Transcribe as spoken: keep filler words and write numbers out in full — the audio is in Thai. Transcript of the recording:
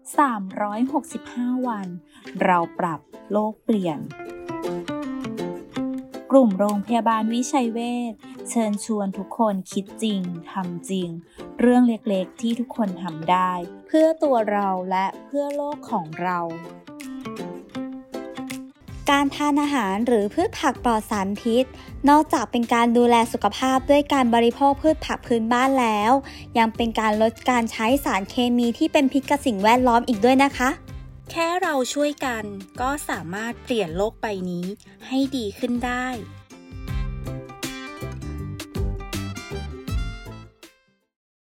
สามร้อยหกสิบห้า วันเราปรับโลกเปลี่ยนกลุ่มโรงพยาบาลวิชัยเวชเชิญชวนทุกคนคิดจริงทำจริงเรื่องเล็กๆที่ทุกคนทำได้เพื่อตัวเราและเพื่อโลกของเราการทานอาหารหรือพืชผักปลอดสารพิษนอกจากเป็นการดูแลสุขภาพด้วยการบริโภคพืชผักพื้นบ้านแล้วยังเป็นการลดการใช้สารเคมีที่เป็นพิษกับสิ่งแวดล้อมอีกด้วยนะคะแค่เราช่วยกันก็สามารถเปลี่ยนโลกใบนี้ให้ดีขึ้นได้